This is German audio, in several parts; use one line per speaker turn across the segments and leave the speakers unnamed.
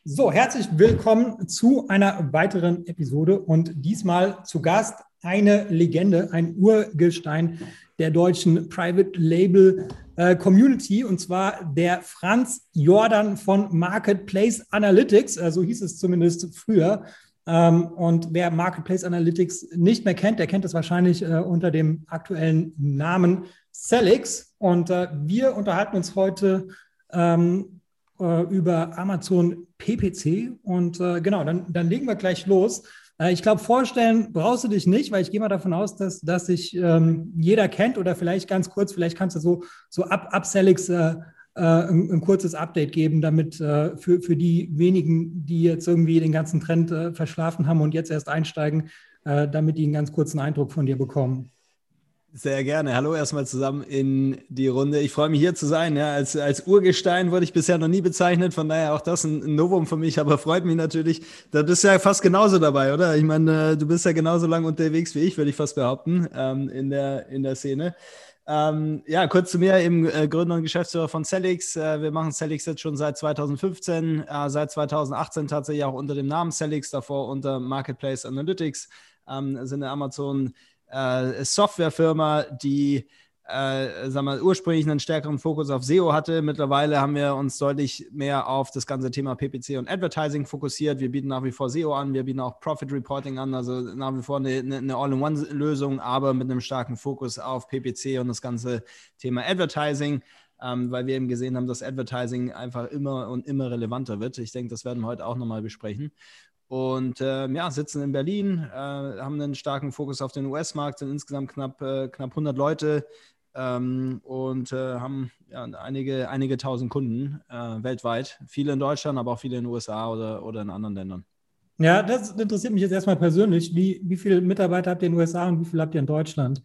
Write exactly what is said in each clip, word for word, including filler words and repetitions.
So, herzlich willkommen zu einer weiteren Episode und diesmal zu Gast eine Legende, ein Urgestein der deutschen Private Label äh, Community, und zwar der Franz Jordan von Marketplace Analytics, äh, so hieß es zumindest früher. Ähm, und wer Marketplace Analytics nicht mehr kennt, der kennt es wahrscheinlich äh, unter dem aktuellen Namen Sellix. Und äh, wir unterhalten uns heute ähm, äh, über Amazon P P C. Und äh, genau, dann, dann legen wir gleich los. Äh, ich glaube, vorstellen brauchst du dich nicht, weil ich gehe mal davon aus, dass, dass sich ähm, jeder kennt. Oder vielleicht ganz kurz, vielleicht kannst du so, so ab, ab Sellix äh, Ein, ein kurzes Update geben, damit äh, für, für die wenigen, die jetzt irgendwie den ganzen Trend äh, verschlafen haben und jetzt erst einsteigen, äh, damit die einen ganz kurzen Eindruck von dir bekommen.
Sehr gerne. Hallo erstmal zusammen in die Runde. Ich freue mich, hier zu sein. Ja, als, als Urgestein wurde ich bisher noch nie bezeichnet, von daher auch das ein Novum für mich, aber freut mich natürlich. Da bist du ja fast genauso dabei, oder? Ich meine, du bist ja genauso lange unterwegs wie ich, würde ich fast behaupten, ähm, in der, in der Szene. Ähm, ja, kurz zu mir, eben äh, Gründer und Geschäftsführer von Sellix. Äh, wir machen Sellix jetzt schon seit zweitausendfünfzehn, äh, seit zweitausendachtzehn tatsächlich auch unter dem Namen Sellix, davor unter Marketplace Analytics, ähm, sind eine Amazon äh, Softwarefirma, die äh, sagen wir, ursprünglich einen stärkeren Fokus auf S E O hatte. Mittlerweile haben wir uns deutlich mehr auf das ganze Thema P P C und Advertising fokussiert. Wir bieten nach wie vor S E O an, wir bieten auch Profit Reporting an, also nach wie vor eine, eine All-in-One-Lösung, aber mit einem starken Fokus auf P P C und das ganze Thema Advertising, ähm, weil wir eben gesehen haben, dass Advertising einfach immer und immer relevanter wird. Ich denke, das werden wir heute auch nochmal besprechen. Und äh, ja, sitzen in Berlin, äh, haben einen starken Fokus auf den U S-Markt, sind insgesamt knapp, äh, knapp hundert Leute, Ähm, und äh, haben ja, einige, einige tausend Kunden äh, weltweit. Viele in Deutschland, aber auch viele in den U S A oder, oder in anderen Ländern.
Ja, das interessiert mich jetzt erstmal persönlich. Wie, wie viele Mitarbeiter habt ihr in den U S A und wie viele habt ihr in Deutschland?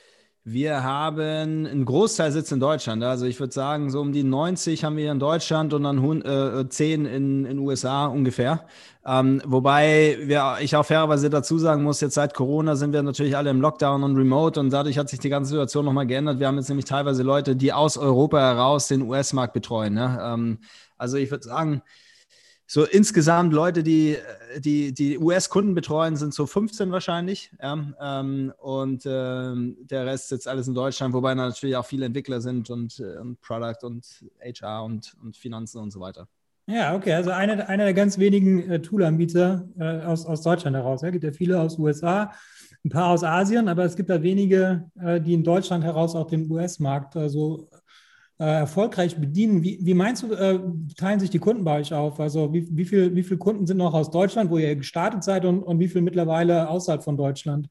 Wir haben einen Großteil sitzt in Deutschland. Also ich würde sagen, so um die neunzig haben wir hier in Deutschland und dann äh, zehn in den U S A ungefähr. Ähm, wobei wir, ich auch fairerweise dazu sagen muss, jetzt seit Corona sind wir natürlich alle im Lockdown und Remote und dadurch hat sich die ganze Situation nochmal geändert. Wir haben jetzt nämlich teilweise Leute, die aus Europa heraus den U S-Markt betreuen. Ne? Ähm, also ich würde sagen, so insgesamt Leute, die die, die U S-Kunden betreuen, sind so fünfzehn wahrscheinlich. Ja, ähm, und ähm, der Rest sitzt alles in Deutschland, wobei natürlich auch viele Entwickler sind und, äh, und Product und H R und, und Finanzen und so weiter.
Ja, okay, also einer einer der ganz wenigen äh, Tool-Anbieter äh, aus, aus Deutschland heraus. Es gibt ja viele aus U S A, ein paar aus Asien, aber es gibt da wenige, äh, die in Deutschland heraus auch den U S-Markt also äh, erfolgreich bedienen. Wie, wie meinst du, äh, teilen sich die Kunden bei euch auf? Also wie, wie viel, wie viele Kunden sind noch aus Deutschland, wo ihr gestartet seid, und, und wie viel mittlerweile außerhalb von Deutschland?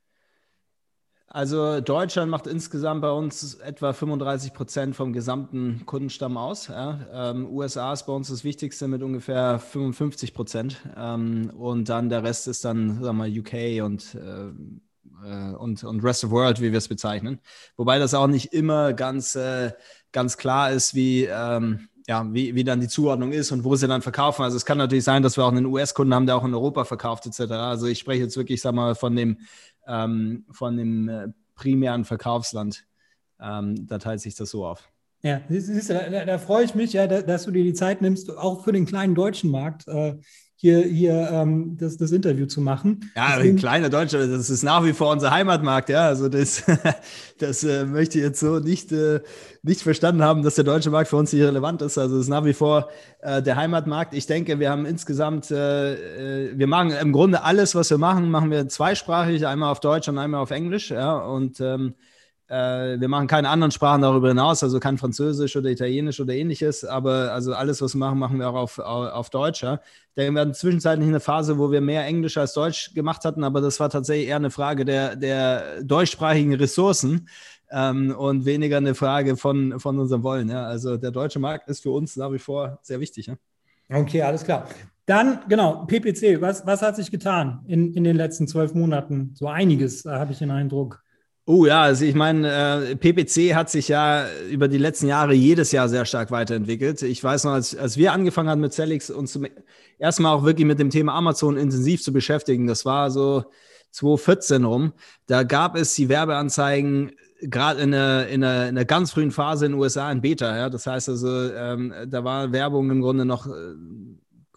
Also Deutschland macht insgesamt bei uns etwa fünfunddreißig Prozent vom gesamten Kundenstamm aus. Ja. Ähm, U S A ist bei uns das Wichtigste mit ungefähr fünfundfünfzig Prozent. Ähm, und dann der Rest ist dann, sagen wir mal, U K und äh, Und, und Rest of World, wie wir es bezeichnen. Wobei das auch nicht immer ganz, äh, ganz klar ist, wie, ähm, ja, wie, wie dann die Zuordnung ist und wo sie dann verkaufen. Also es kann natürlich sein, dass wir auch einen U S-Kunden haben, der auch in Europa verkauft et cetera. Also ich spreche jetzt wirklich, sag mal, von dem, ähm, von dem äh, primären Verkaufsland. Ähm, da teilt sich das so auf.
Ja, siehst du, da, da freue ich mich, ja, dass du dir die Zeit nimmst, auch für den kleinen deutschen Markt äh, hier, hier ähm, das, das Interview zu machen.
Ja,
Deswegen,
kleiner Deutscher, das ist nach wie vor unser Heimatmarkt, ja. Also das, das äh, möchte ich jetzt so nicht, äh, nicht verstanden haben, dass der deutsche Markt für uns nicht relevant ist. Also es ist nach wie vor äh, der Heimatmarkt. Ich denke, wir haben insgesamt, äh, wir machen im Grunde alles, was wir machen, machen wir zweisprachig, einmal auf Deutsch und einmal auf Englisch, ja. Und ähm, wir machen keine anderen Sprachen darüber hinaus, also kein Französisch oder Italienisch oder ähnliches, aber also alles, was wir machen, machen wir auch auf, auf, auf Deutsch. Ja. Denn wir hatten zwischenzeitlich eine Phase, wo wir mehr Englisch als Deutsch gemacht hatten, aber das war tatsächlich eher eine Frage der, der deutschsprachigen Ressourcen ähm, und weniger eine Frage von, von unserem Wollen. Ja. Also der deutsche Markt ist für uns nach wie vor sehr wichtig. Ja.
Okay, alles klar. Dann, genau, P P C, was, was hat sich getan in, in den letzten zwölf Monaten? So einiges, da habe ich den Eindruck.
Oh ja, also ich meine, äh, P P C hat sich ja über die letzten Jahre jedes Jahr sehr stark weiterentwickelt. Ich weiß noch, als, als wir angefangen haben mit Sellix, uns zum ersten Mal auch wirklich mit dem Thema Amazon intensiv zu beschäftigen, das war so zweitausendvierzehn rum, da gab es die Werbeanzeigen gerade in einer, in, einer, in einer ganz frühen Phase in den U S A in Beta. Ja? Das heißt also, ähm, da war Werbung im Grunde noch äh,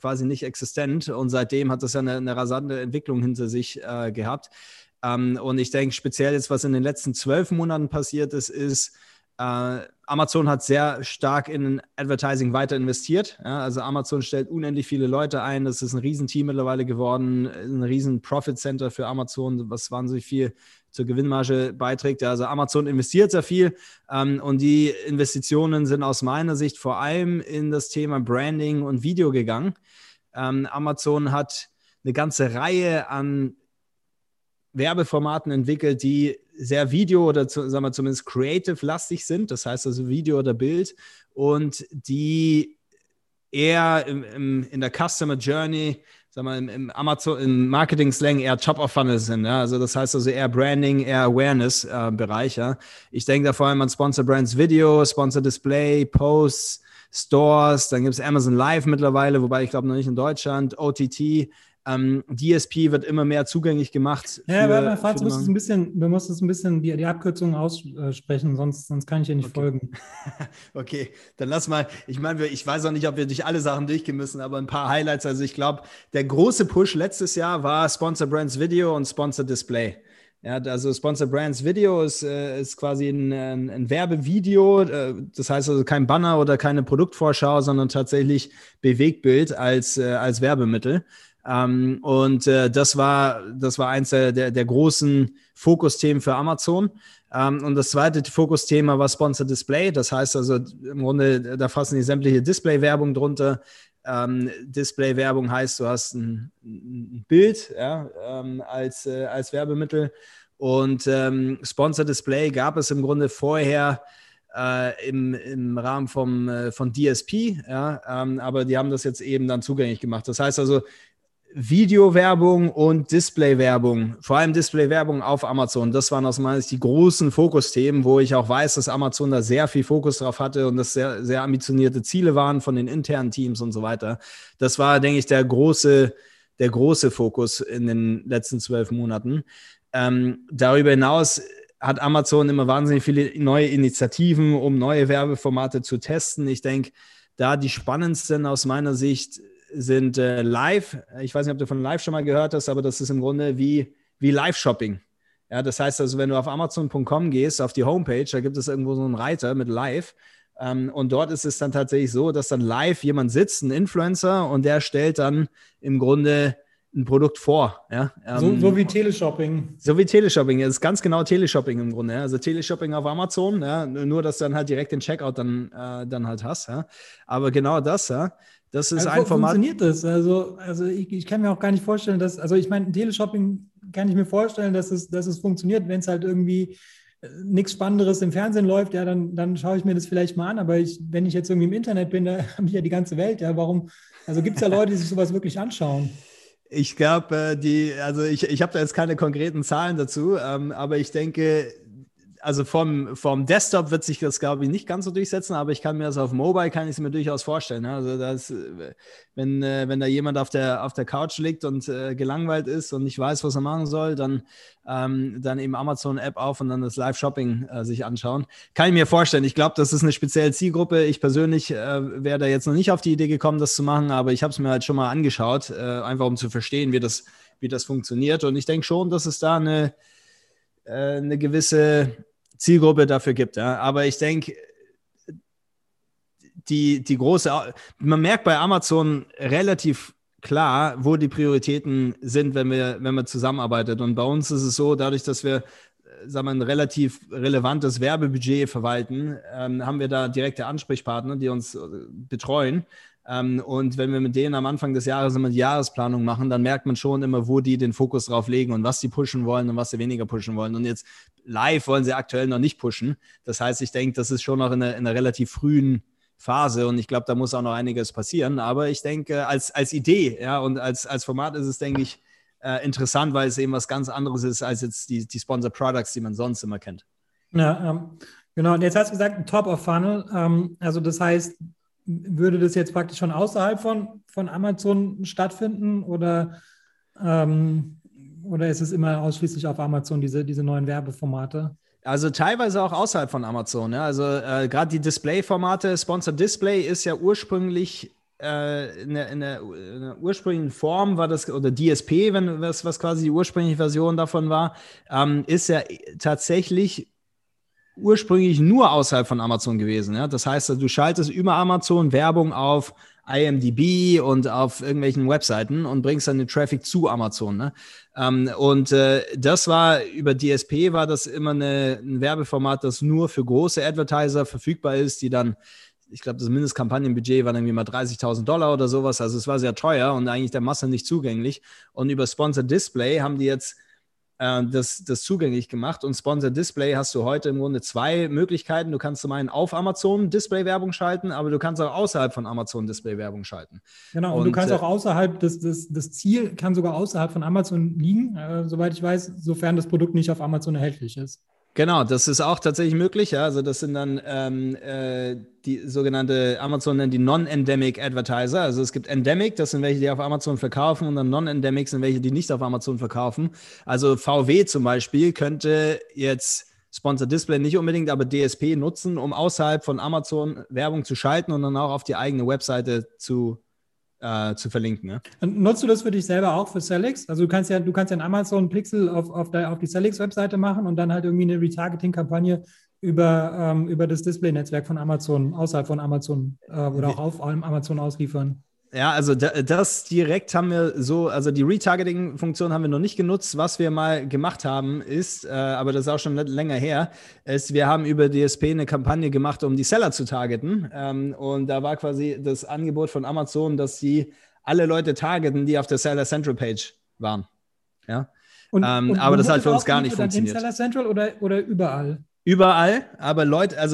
quasi nicht existent und seitdem hat das ja eine, eine rasante Entwicklung hinter sich äh, gehabt. Ähm, und ich denke speziell jetzt, was in den letzten zwölf Monaten passiert ist, ist, äh, Amazon hat sehr stark in Advertising weiter investiert. Ja, also Amazon stellt unendlich viele Leute ein. Das ist ein Riesenteam mittlerweile geworden, ein riesen Profit Center für Amazon, was wahnsinnig viel zur Gewinnmarge beiträgt. Also Amazon investiert sehr viel ähm, und die Investitionen sind aus meiner Sicht vor allem in das Thema Branding und Video gegangen. Ähm, Amazon hat eine ganze Reihe an Werbeformaten entwickelt, die sehr Video- oder zu, sagen wir zumindest creative-lastig sind. Das heißt also Video oder Bild und die eher im, im, in der Customer Journey, sagen wir, im, im Amazon, im Marketing-Slang eher Top-of-Funnel sind. Ja? Also das heißt also eher Branding, eher Awareness-Bereich. Äh, ja? Ich denke da vor allem an Sponsor Brands Video, Sponsor Display, Posts, Stores, dann gibt es Amazon Live mittlerweile, wobei ich glaube noch nicht in Deutschland, O T T. Ähm, D S P wird immer mehr zugänglich gemacht.
Ja, aber mal Fazit, du musst es ein bisschen, du musst es ein bisschen die, die Abkürzung aussprechen, sonst, sonst kann ich dir nicht
okay.
folgen.
Okay, dann lass mal, ich meine, ich weiß auch nicht, ob wir durch alle Sachen durchgehen müssen, aber ein paar Highlights. Also ich glaube, der große Push letztes Jahr war Sponsor Brands Video und Sponsor Display. Ja, also Sponsor Brands Video ist, äh, ist quasi ein, ein, ein Werbevideo, äh, das heißt also kein Banner oder keine Produktvorschau, sondern tatsächlich Bewegtbild als, äh, als Werbemittel. Um, und äh, das war das war eins der, der, der großen Fokusthemen für Amazon. Um, und das zweite Fokusthema war Sponsor Display. Das heißt also im Grunde, da fassen die sämtliche Display-Werbung drunter. Um, Display-Werbung heißt, du hast ein, ein Bild ja, um, als, äh, als Werbemittel. Und ähm, Sponsor Display gab es im Grunde vorher Äh, im, im Rahmen vom, äh, von D S P, ja, ähm, aber die haben das jetzt eben dann zugänglich gemacht. Das heißt also, Videowerbung und Displaywerbung, vor allem Displaywerbung auf Amazon, das waren aus meiner Sicht die großen Fokusthemen, wo ich auch weiß, dass Amazon da sehr viel Fokus drauf hatte und das sehr, sehr ambitionierte Ziele waren von den internen Teams und so weiter. Das war, denke ich, der große, der große Fokus in den letzten zwölf Monaten. Ähm, darüber hinaus hat Amazon immer wahnsinnig viele neue Initiativen, um neue Werbeformate zu testen. Ich denke, da die spannendsten aus meiner Sicht sind äh, Live. Ich weiß nicht, ob du von Live schon mal gehört hast, aber das ist im Grunde wie, wie Live-Shopping. Ja, das heißt also, wenn du auf amazon punkt com gehst, auf die Homepage, da gibt es irgendwo so einen Reiter mit Live. Ähm, und dort ist es dann tatsächlich so, dass dann live jemand sitzt, ein Influencer, und der stellt dann im Grunde ein Produkt vor. Ja? Ähm,
so, so wie Teleshopping.
So wie Teleshopping. Das ist ganz genau Teleshopping im Grunde. Ja? Also Teleshopping auf Amazon, ja? Nur, dass du dann halt direkt den Checkout dann, äh, dann halt hast. Ja? Aber genau das, ja. Das ist
also
ein Format.
Funktioniert das? Also, also ich, ich kann mir auch gar nicht vorstellen, dass, also ich meine, Teleshopping kann ich mir vorstellen, dass es, dass es funktioniert, wenn es halt irgendwie nichts Spannenderes im Fernsehen läuft, ja, dann, dann schaue ich mir das vielleicht mal an. Aber ich, wenn ich jetzt irgendwie im Internet bin, da habe ich ja die ganze Welt. Ja, warum? Also gibt es ja Leute, die sich sowas wirklich anschauen.
Ich glaube, die, also ich, ich habe da jetzt keine konkreten Zahlen dazu, ähm, aber ich denke, also vom, vom Desktop wird sich das, glaube ich, nicht ganz so durchsetzen, aber ich kann mir das auf Mobile, kann ich es mir durchaus vorstellen. Ne? Also das, wenn, äh, wenn da jemand auf der, auf der Couch liegt und äh, gelangweilt ist und nicht weiß, was er machen soll, dann, ähm, dann eben Amazon-App auf und dann das Live-Shopping äh, sich anschauen. Kann ich mir vorstellen. Ich glaube, das ist eine spezielle Zielgruppe. Ich persönlich äh, wäre da jetzt noch nicht auf die Idee gekommen, das zu machen, aber ich habe es mir halt schon mal angeschaut, äh, einfach um zu verstehen, wie das, wie das funktioniert. Und ich denke schon, dass es da eine, äh, eine gewisse Zielgruppe dafür gibt. Ja. Aber ich denke, die, die große, man merkt bei Amazon relativ klar, wo die Prioritäten sind, wenn wir, wenn wir zusammenarbeitet. Und bei uns ist es so, dadurch, dass wir, sagen wir, ein relativ relevantes Werbebudget verwalten, ähm, haben wir da direkte Ansprechpartner, die uns betreuen. Ähm, und wenn wir mit denen am Anfang des Jahres immer die Jahresplanung machen, dann merkt man schon immer, wo die den Fokus drauf legen und was sie pushen wollen und was sie weniger pushen wollen. Und jetzt live wollen sie aktuell noch nicht pushen. Das heißt, ich denke, das ist schon noch in einer, in einer relativ frühen Phase und ich glaube, da muss auch noch einiges passieren. Aber ich denke, als, als Idee, ja, und als, als Format ist es, denke ich, äh, interessant, weil es eben was ganz anderes ist als jetzt die, die Sponsor Products, die man sonst immer kennt.
Ja, ähm, genau. Und jetzt hast du gesagt, Top of Funnel. Ähm, also das heißt, würde das jetzt praktisch schon außerhalb von, von Amazon stattfinden oder, ähm, oder ist es immer ausschließlich auf Amazon, diese, diese neuen Werbeformate?
Also teilweise auch außerhalb von Amazon. Ja. Also äh, gerade die Display-Formate, Sponsor Display ist ja ursprünglich äh, in, der, in, der, in der ursprünglichen Form war das, oder D S P, wenn was, was quasi die ursprüngliche Version davon war, ähm, ist ja tatsächlich ursprünglich nur außerhalb von Amazon gewesen. Ja? Das heißt, du schaltest über Amazon Werbung auf I M D B und auf irgendwelchen Webseiten und bringst dann den Traffic zu Amazon. Ne? Ähm, und äh, das war, über D S P war das immer eine, ein Werbeformat, das nur für große Advertiser verfügbar ist, die dann, ich glaube, das Mindestkampagnenbudget war irgendwie mal dreißigtausend Dollar oder sowas. Also es war sehr teuer und eigentlich der Masse nicht zugänglich. Und über Sponsored Display haben die jetzt Das, das zugänglich gemacht. Und Sponsored Display hast du heute im Grunde zwei Möglichkeiten. Du kannst zum einen auf Amazon Display-Werbung schalten, aber du kannst auch außerhalb von Amazon Display-Werbung schalten.
Genau, und, und du kannst äh, auch außerhalb, das, das, das Ziel kann sogar außerhalb von Amazon liegen, äh, soweit ich weiß, sofern das Produkt nicht auf Amazon erhältlich ist.
Genau, das ist auch tatsächlich möglich. Ja. Also das sind dann ähm, äh, die sogenannte, Amazon nennt die Non-Endemic Advertiser. Also es gibt Endemic, das sind welche, die auf Amazon verkaufen, und dann Non-Endemic sind welche, die nicht auf Amazon verkaufen. Also V W zum Beispiel könnte jetzt Sponsored Display nicht unbedingt, aber D S P nutzen, um außerhalb von Amazon Werbung zu schalten und dann auch auf die eigene Webseite zu Äh, zu verlinken. Ne?
Und nutzt du das für dich selber auch für Sellex? Also du kannst ja, du kannst ja einen Amazon Pixel auf, auf, der, auf die Sellex-Webseite machen und dann halt irgendwie eine Retargeting-Kampagne über, ähm, über das Display-Netzwerk von Amazon, außerhalb von Amazon äh, oder auch auf Amazon ausliefern.
Ja, also das direkt haben wir so, also die Retargeting-Funktion haben wir noch nicht genutzt. Was wir mal gemacht haben ist, äh, aber das ist auch schon länger her, ist, wir haben über D S P eine Kampagne gemacht, um die Seller zu targeten. Ähm, und da war quasi das Angebot von Amazon, dass sie alle Leute targeten, die auf der Seller Central Page waren. Ja.
Und,
ähm,
und
aber das hat
das
für uns gar nicht
dann
funktioniert.
In Seller Central oder, oder überall?
Überall, aber Leute, also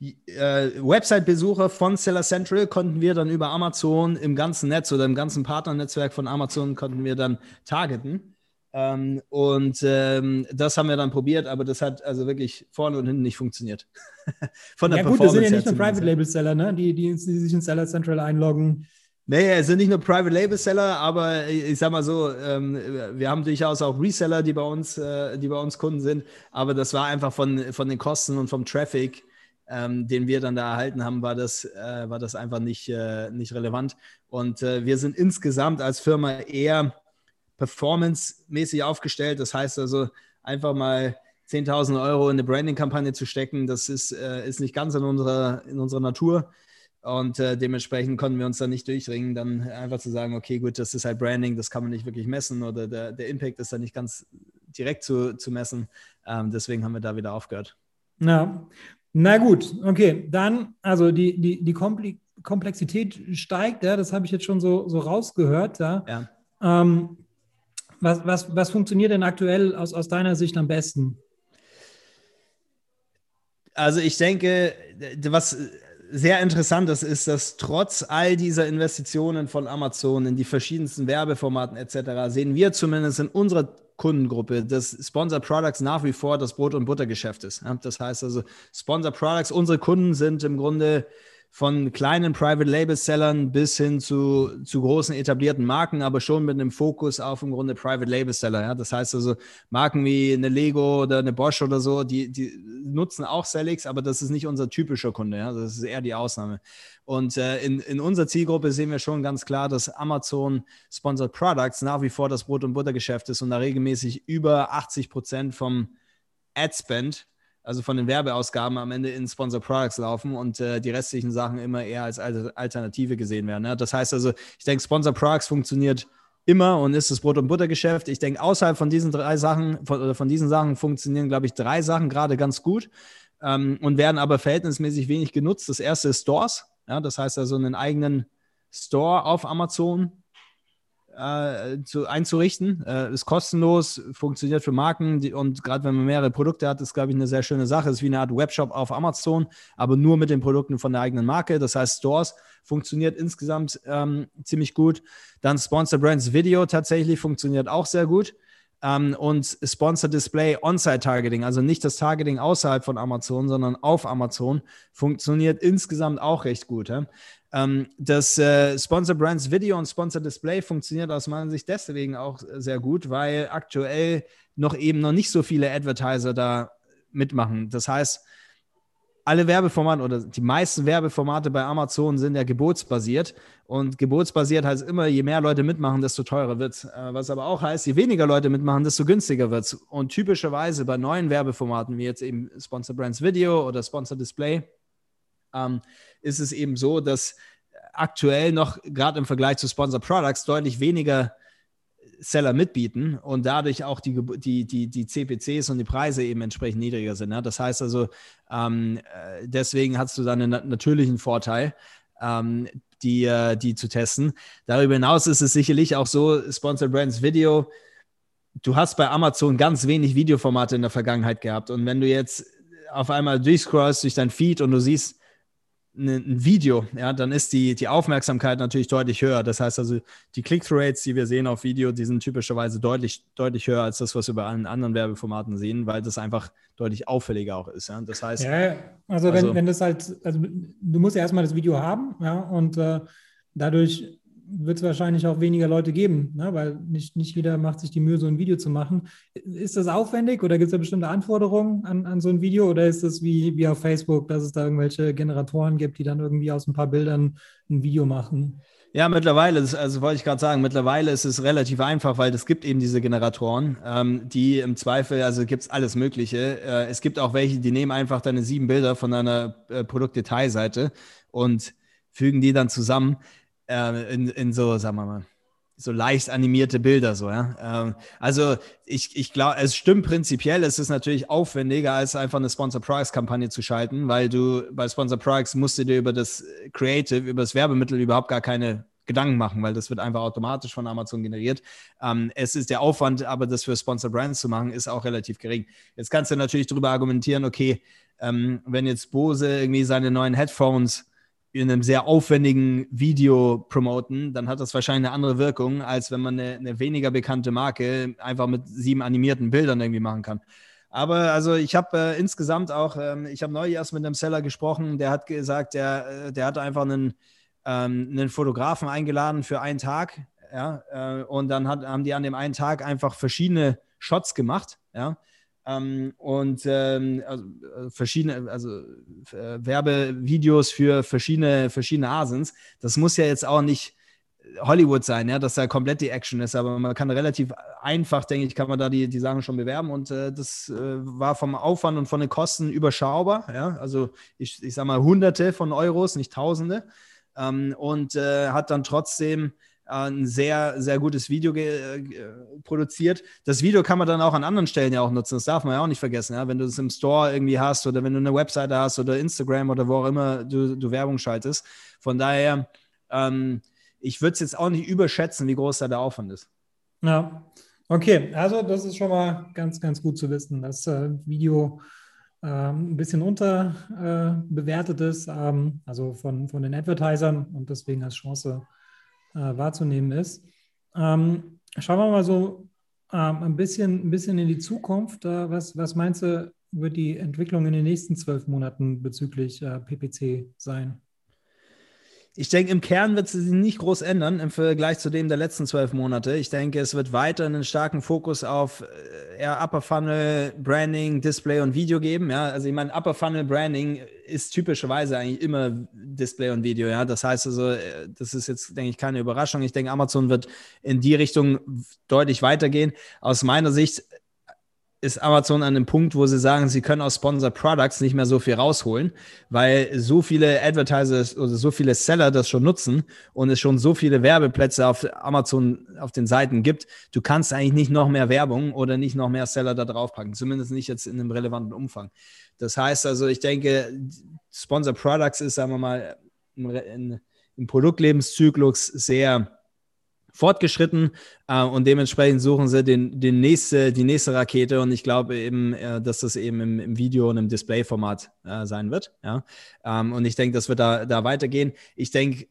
äh, Website-Besucher von Seller Central konnten wir dann über Amazon im ganzen Netz oder im ganzen Partnernetzwerk von Amazon konnten wir dann targeten. Ähm, und ähm, das haben wir dann probiert, aber das hat also wirklich vorne und hinten nicht funktioniert.
Von der ja gut, das sind ja nicht nur Private-Label-Seller, ne? die, die, die sich in Seller Central einloggen.
Nee, es sind nicht nur Private-Label-Seller, aber ich sag mal so, ähm, wir haben durchaus auch Reseller, die bei uns, äh, die bei uns Kunden sind, aber das war einfach von, von den Kosten und vom Traffic, ähm, den wir dann da erhalten haben, war das, äh, war das einfach nicht, äh, nicht relevant. Und äh, wir sind insgesamt als Firma eher performance-mäßig aufgestellt. Das heißt also, einfach mal zehntausend Euro in eine Branding-Kampagne zu stecken, das ist, äh, ist nicht ganz in unserer, in unserer Natur. Und äh, dementsprechend konnten wir uns dann nicht durchringen, dann einfach zu sagen, okay, gut, das ist halt Branding, das kann man nicht wirklich messen oder der, der Impact ist dann nicht ganz direkt zu, zu messen. Ähm, deswegen haben wir da wieder aufgehört.
Ja, na gut, okay. Dann, also die, die, die Komplexität steigt, ja, das habe ich jetzt schon so, so rausgehört. Ja.
Ja.
Ähm, was, was, was funktioniert denn aktuell aus, aus deiner Sicht am besten?
Also ich denke, was sehr interessant ist, ist, dass trotz all dieser Investitionen von Amazon in die verschiedensten Werbeformaten et cetera sehen wir zumindest in unserer Kundengruppe, dass Sponsored Products nach wie vor das Brot- und Buttergeschäft ist. Das heißt also, Sponsored Products, unsere Kunden sind im Grunde von kleinen Private-Label-Sellern bis hin zu, zu großen etablierten Marken, aber schon mit einem Fokus auf im Grunde Private-Label-Seller. Ja? Das heißt also, Marken wie eine Lego oder eine Bosch oder so, die, die nutzen auch Sellex, aber das ist nicht unser typischer Kunde. Ja? Das ist eher die Ausnahme. Und äh, in, in unserer Zielgruppe sehen wir schon ganz klar, dass Amazon Sponsored Products nach wie vor das Brot- und Buttergeschäft ist und da regelmäßig über achtzig Prozent vom Ad-Spend, also von den Werbeausgaben, am Ende in Sponsored Products laufen und äh, die restlichen Sachen immer eher als Alternative gesehen werden. Ne? Das heißt also, ich denke, Sponsored Products funktioniert immer und ist das Brot- und Buttergeschäft. Ich denke, außerhalb von diesen drei Sachen, von, oder von diesen Sachen funktionieren, glaube ich, drei Sachen gerade ganz gut ähm, und werden aber verhältnismäßig wenig genutzt. Das erste ist Stores. Ja? Das heißt also, einen eigenen Store auf Amazon Äh, zu, einzurichten. Äh, ist kostenlos, funktioniert für Marken die, und gerade wenn man mehrere Produkte hat, ist, glaube ich, eine sehr schöne Sache. Ist wie eine Art Webshop auf Amazon, aber nur mit den Produkten von der eigenen Marke. Das heißt, Stores funktioniert insgesamt ähm, ziemlich gut. Dann Sponsor Brands Video tatsächlich funktioniert auch sehr gut. Ähm, und Sponsor Display On-Site Targeting, also nicht das Targeting außerhalb von Amazon, sondern auf Amazon, funktioniert insgesamt auch recht gut. Ja? Ähm, das äh, Sponsor Brands Video und Sponsor Display funktioniert aus meiner Sicht deswegen auch sehr gut, weil aktuell noch eben noch nicht so viele Advertiser da mitmachen. Das heißt, alle Werbeformate oder die meisten Werbeformate bei Amazon sind ja gebotsbasiert. Und gebotsbasiert heißt immer, je mehr Leute mitmachen, desto teurer wird es. Was aber auch heißt, je weniger Leute mitmachen, desto günstiger wird es. Und typischerweise bei neuen Werbeformaten, wie jetzt eben Sponsor Brands Video oder Sponsor Display, ähm, ist es eben so, dass aktuell noch, gerade im Vergleich zu Sponsor Products, deutlich weniger Seller mitbieten und dadurch auch die, die, die, die C P Cs und die Preise eben entsprechend niedriger sind. Ja? Das heißt also, ähm, deswegen hast du dann einen natürlichen Vorteil, ähm, die, äh, die zu testen. Darüber hinaus ist es sicherlich auch so, Sponsored Brands Video, du hast bei Amazon ganz wenig Videoformate in der Vergangenheit gehabt und wenn du jetzt auf einmal durchscrollst durch dein Feed und du siehst ein Video, ja, dann ist die, die Aufmerksamkeit natürlich deutlich höher. Das heißt also, die Click-Through-Rates, die wir sehen auf Video, die sind typischerweise deutlich, deutlich höher als das, was wir bei allen anderen Werbeformaten sehen, weil das einfach deutlich auffälliger auch ist. Ja. Das heißt,
ja, also,
also
wenn, wenn das halt, also du musst ja erstmal das Video haben, ja, und äh, dadurch wird es wahrscheinlich auch weniger Leute geben, ne? Weil nicht, nicht jeder macht sich die Mühe, so ein Video zu machen. Ist das aufwendig oder gibt es da bestimmte Anforderungen an, an so ein Video oder ist das wie, wie auf Facebook, dass es da irgendwelche Generatoren gibt, die dann irgendwie aus ein paar Bildern ein Video machen?
Ja, mittlerweile, also wollte ich gerade sagen, mittlerweile ist es relativ einfach, weil es gibt eben diese Generatoren, ähm, die im Zweifel, also gibt es alles Mögliche. Äh, es gibt auch welche, die nehmen einfach deine sieben Bilder von deiner äh, Produktdetailseite und fügen die dann zusammen. In, in so, sagen wir mal, so leicht animierte Bilder, so, ja. Also ich, ich glaube, es stimmt prinzipiell, es ist natürlich aufwendiger, als einfach eine Sponsor Products Kampagne zu schalten, weil du bei Sponsor Products musst du dir über das Creative, über das Werbemittel überhaupt gar keine Gedanken machen, weil das wird einfach automatisch von Amazon generiert. Ähm, es ist der Aufwand, aber das für Sponsor Brands zu machen, ist auch relativ gering. Jetzt kannst du natürlich darüber argumentieren, okay, ähm, wenn jetzt Bose irgendwie seine neuen Headphones in einem sehr aufwendigen Video promoten, dann hat das wahrscheinlich eine andere Wirkung, als wenn man eine, eine weniger bekannte Marke einfach mit sieben animierten Bildern irgendwie machen kann. Aber also ich habe äh, insgesamt auch, ähm, ich habe neulich erst mit einem Seller gesprochen, der hat gesagt, der, der hat einfach einen, ähm, einen Fotografen eingeladen für einen Tag, ja, äh, und dann hat, haben die an dem einen Tag einfach verschiedene Shots gemacht, ja, Um, und ähm, also, verschiedene, also äh, Werbevideos für verschiedene, verschiedene Asins. Das muss ja jetzt auch nicht Hollywood sein, ja, dass da komplett die Action ist, aber man kann relativ einfach, denke ich, kann man da die, die Sachen schon bewerben und äh, das äh, war vom Aufwand und von den Kosten überschaubar, ja, also ich, ich sag mal Hunderte von Euros, nicht Tausende, ähm, und äh, hat dann trotzdem ein sehr, sehr gutes Video ge- ge- produziert. Das Video kann man dann auch an anderen Stellen ja auch nutzen. Das darf man ja auch nicht vergessen. Ja? Wenn du es im Store irgendwie hast oder wenn du eine Webseite hast oder Instagram oder wo auch immer du, du Werbung schaltest. Von daher, ähm, ich würde es jetzt auch nicht überschätzen, wie groß da der Aufwand ist.
Ja, okay. Also das ist schon mal ganz, ganz gut zu wissen, dass äh, Video ähm, ein bisschen unterbewertet äh, ist, ähm, also von, von den Advertisern und deswegen als Chance wahrzunehmen ist. Ähm, schauen wir mal so ähm, ein, bisschen, ein bisschen in die Zukunft. Äh, was, was meinst du, wird die Entwicklung in den nächsten zwölf Monaten bezüglich äh, P P C sein?
Ich denke, im Kern wird es sich nicht groß ändern im Vergleich zu dem der letzten zwölf Monate. Ich denke, es wird weiter einen starken Fokus auf eher Upper Funnel, Branding, Display und Video geben. Ja, also ich meine, Upper Funnel Branding ist typischerweise eigentlich immer Display und Video. Ja, das heißt also, das ist jetzt, denke ich, keine Überraschung. Ich denke, Amazon wird in die Richtung deutlich weitergehen. Aus meiner Sicht ist Amazon an einem Punkt, wo sie sagen, sie können aus Sponsor Products nicht mehr so viel rausholen, weil so viele Advertisers oder so viele Seller das schon nutzen und es schon so viele Werbeplätze auf Amazon auf den Seiten gibt. Du kannst eigentlich nicht noch mehr Werbung oder nicht noch mehr Seller da draufpacken, zumindest nicht jetzt in einem relevanten Umfang. Das heißt also, ich denke, Sponsor Products ist, sagen wir mal, im, im Produktlebenszyklus sehr fortgeschritten äh, und dementsprechend suchen sie den, den nächste, die nächste Rakete und ich glaube eben, äh, dass das eben im, im Video- und im Display-Format äh, sein wird. Ja? Ähm, und ich denke, das wird da, da weitergehen. Ich denke,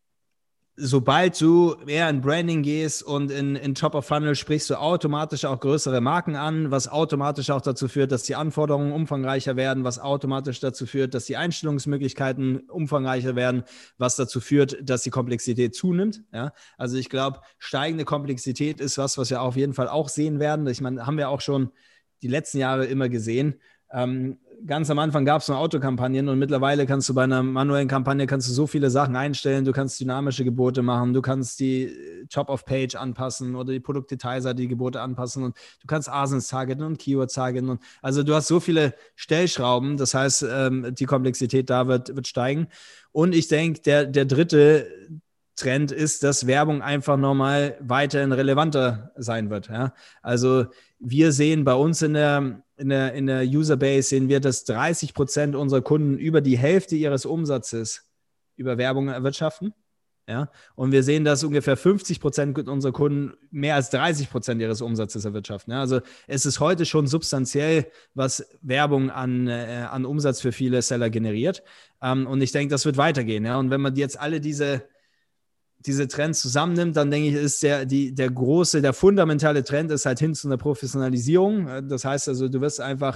sobald du mehr in Branding gehst und in, in Top of Funnel sprichst du automatisch auch größere Marken an, was automatisch auch dazu führt, dass die Anforderungen umfangreicher werden, was automatisch dazu führt, dass die Einstellungsmöglichkeiten umfangreicher werden, was dazu führt, dass die Komplexität zunimmt. Ja? Also ich glaube, steigende Komplexität ist was, was wir auf jeden Fall auch sehen werden. Ich meine, haben wir auch schon die letzten Jahre immer gesehen. Ähm, ganz am Anfang gab es nur Autokampagnen und mittlerweile kannst du bei einer manuellen Kampagne kannst du so viele Sachen einstellen. Du kannst dynamische Gebote machen, du kannst die Top-of-Page anpassen oder die Produktdetailseite, die Gebote anpassen und du kannst A S I Ns targeten und Keywords targeten. Und also du hast so viele Stellschrauben, das heißt, ähm, die Komplexität da wird, wird steigen. Und ich denke, der, der dritte Trend ist, dass Werbung einfach nochmal weiterhin relevanter sein wird. Ja? Also wir sehen bei uns in der, in der, in der Userbase, sehen wir, dass dreißig Prozent unserer Kunden über die Hälfte ihres Umsatzes über Werbung erwirtschaften. Ja? Und wir sehen, dass ungefähr fünfzig Prozent unserer Kunden mehr als dreißig Prozent ihres Umsatzes erwirtschaften. Ja? Also es ist heute schon substanziell, was Werbung an, äh, an Umsatz für viele Seller generiert. Ähm, und ich denke, das wird weitergehen. Ja? Und wenn man jetzt alle diese diese Trends zusammennimmt, dann denke ich, ist der, die, der große, der fundamentale Trend ist halt hin zu einer Professionalisierung. Das heißt also, du wirst einfach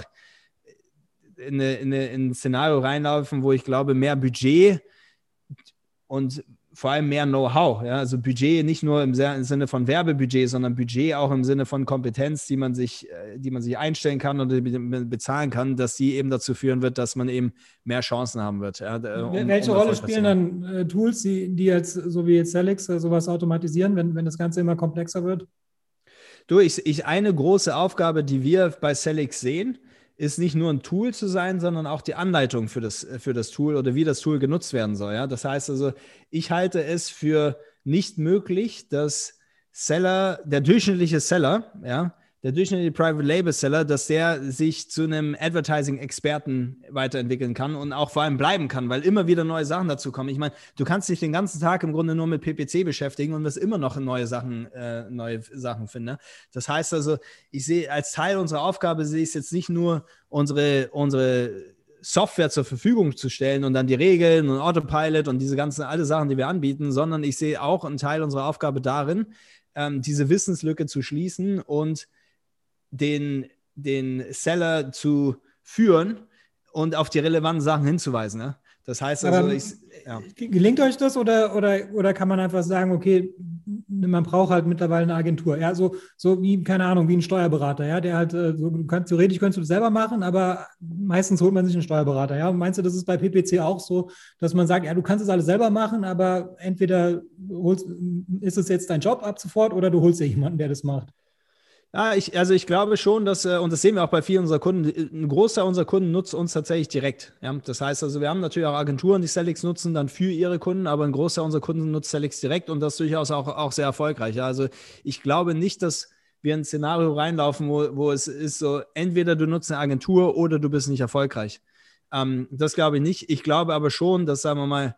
in, eine, in, eine, in ein Szenario reinlaufen, wo ich glaube, mehr Budget und vor allem mehr Know-how. Ja? Also Budget nicht nur im Sinne von Werbebudget, sondern Budget auch im Sinne von Kompetenz, die man sich, die man sich einstellen kann oder bezahlen kann, dass die eben dazu führen wird, dass man eben mehr Chancen haben wird. Ja,
um, Welche um Rolle spielen dann äh, Tools, die, die jetzt, so wie jetzt Celix, äh, sowas automatisieren, wenn, wenn das Ganze immer komplexer wird?
Du, ich, ich eine große Aufgabe, die wir bei Celix sehen, ist nicht nur ein Tool zu sein, sondern auch die Anleitung für das, für das Tool oder wie das Tool genutzt werden soll. Ja? Das heißt also, ich halte es für nicht möglich, dass Seller, der durchschnittliche Seller, ja, der durchschnittliche Private Label Seller, dass der sich zu einem Advertising-Experten weiterentwickeln kann und auch vor allem bleiben kann, weil immer wieder neue Sachen dazu kommen. Ich meine, du kannst dich den ganzen Tag im Grunde nur mit P P C beschäftigen und wirst immer noch neue Sachen, äh, neue Sachen finden. Das heißt also, ich sehe als Teil unserer Aufgabe, sehe ich es jetzt nicht nur, unsere, unsere Software zur Verfügung zu stellen und dann die Regeln und Autopilot und diese ganzen alle Sachen, die wir anbieten, sondern ich sehe auch einen Teil unserer Aufgabe darin, ähm, diese Wissenslücke zu schließen und Den, den Seller zu führen und auf die relevanten Sachen hinzuweisen. Ne? Das heißt also, ich,
ja. Gelingt euch das oder, oder, oder kann man einfach sagen, okay, man braucht halt mittlerweile eine Agentur, ja, so, so wie, keine Ahnung, wie ein Steuerberater, ja, der halt, so, du kannst, theoretisch könntest du das selber machen, aber meistens holt man sich einen Steuerberater, ja, und meinst du, das ist bei P P C auch so, dass man sagt, ja, du kannst es alles selber machen, aber entweder holst, ist es jetzt dein Job ab sofort oder du holst dir jemanden, der das macht?
Ja, ich, also ich glaube schon, dass, und das sehen wir auch bei vielen unserer Kunden, ein Großteil unserer Kunden nutzt uns tatsächlich direkt. Ja? Das heißt also, wir haben natürlich auch Agenturen, die Celix nutzen dann für ihre Kunden, aber ein Großteil unserer Kunden nutzt Celix direkt und das durchaus auch, auch sehr erfolgreich. Ja? Also ich glaube nicht, dass wir in ein Szenario reinlaufen, wo, wo es ist so, entweder du nutzt eine Agentur oder du bist nicht erfolgreich. Ähm, das glaube ich nicht. Ich glaube aber schon, dass, sagen wir mal,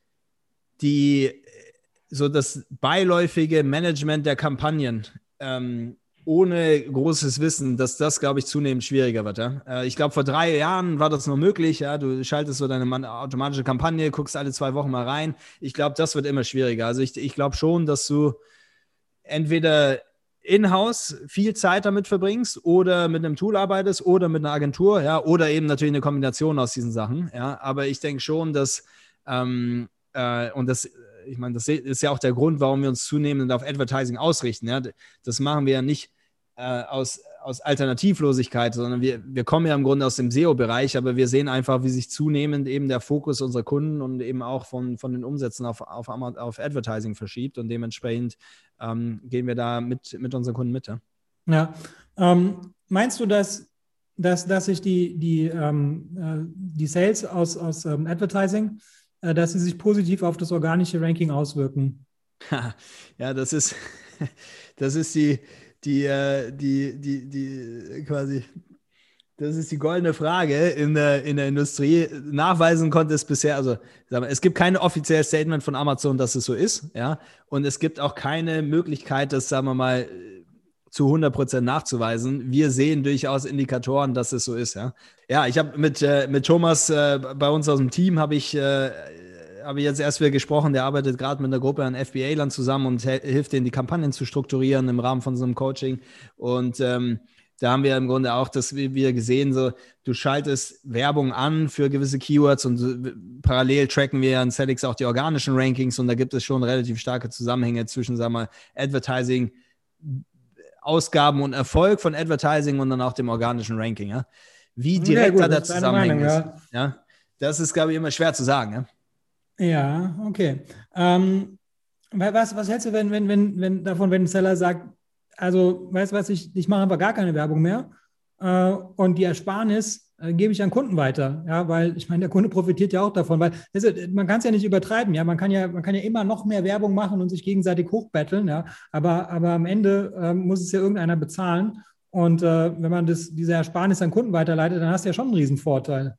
die, so das beiläufige Management der Kampagnen, ähm, ohne großes Wissen, dass das, glaube ich, zunehmend schwieriger wird. Ja? Ich glaube, vor drei Jahren war das noch möglich. Ja? Du schaltest so deine automatische Kampagne, guckst alle zwei Wochen mal rein. Ich glaube, das wird immer schwieriger. Also ich, ich glaube schon, dass du entweder in-house viel Zeit damit verbringst oder mit einem Tool arbeitest oder mit einer Agentur, ja, oder eben natürlich eine Kombination aus diesen Sachen. Ja? Aber ich denke schon, dass ähm, äh, und das ich meine, das ist ja auch der Grund, warum wir uns zunehmend auf Advertising ausrichten. Ja? Das machen wir ja nicht äh, aus, aus Alternativlosigkeit, sondern wir, wir kommen ja im Grunde aus dem S E O-Bereich, aber wir sehen einfach, wie sich zunehmend eben der Fokus unserer Kunden und eben auch von, von den Umsätzen auf, auf, auf Advertising verschiebt und dementsprechend ähm, gehen wir da mit, mit unseren Kunden mit. Ja,
ja. Ähm, meinst du, dass, dass, dass sich die, die, ähm, äh, die Sales aus, aus ähm, Advertising dass sie sich positiv auf das organische Ranking auswirken?
Ja, das ist, das ist die, die, die, die, die quasi, das ist die goldene Frage in der, in der Industrie. Nachweisen konnte es bisher, also sagen wir, es gibt kein offizielles Statement von Amazon, dass es so ist, ja, und es gibt auch keine Möglichkeit, das, sagen wir mal, zu hundert Prozent nachzuweisen. Wir sehen durchaus Indikatoren, dass es so ist. Ja, ja ich habe mit, äh, mit Thomas äh, bei uns aus dem Team, habe ich, äh, hab ich jetzt erst wieder gesprochen, der arbeitet gerade mit einer Gruppe an F B A-Lern zusammen und hilft denen, die Kampagnen zu strukturieren im Rahmen von so einem Coaching. Und ähm, da haben wir im Grunde auch das wieder gesehen, so du schaltest Werbung an für gewisse Keywords und so, parallel tracken wir in Celix auch die organischen Rankings und da gibt es schon relativ starke Zusammenhänge zwischen, sagen wir mal, Advertising, Ausgaben und Erfolg von Advertising und dann auch dem organischen Ranking. Ja? wie direkt
gut,
da der
das ist deine
Zusammenhang
Meinung,
ist.
ja.
Ja? Das ist, glaube ich, immer schwer zu sagen. Ja,
Ja, okay. Ähm, was, was hältst du, wenn, wenn, wenn, wenn davon, wenn ein Seller sagt, also, weißt du was, ich, ich mache einfach gar keine Werbung mehr äh, und die Ersparnis äh, gebe ich an Kunden weiter, ja, weil ich meine, der Kunde profitiert ja auch davon, weil das ist, man kann es ja nicht übertreiben, ja, man kann ja, man kann ja immer noch mehr Werbung machen und sich gegenseitig hochbetteln, ja, aber, aber am Ende äh, muss es ja irgendeiner bezahlen und äh, wenn man das, diese Ersparnis an Kunden weiterleitet, dann hast du ja schon einen Riesenvorteil.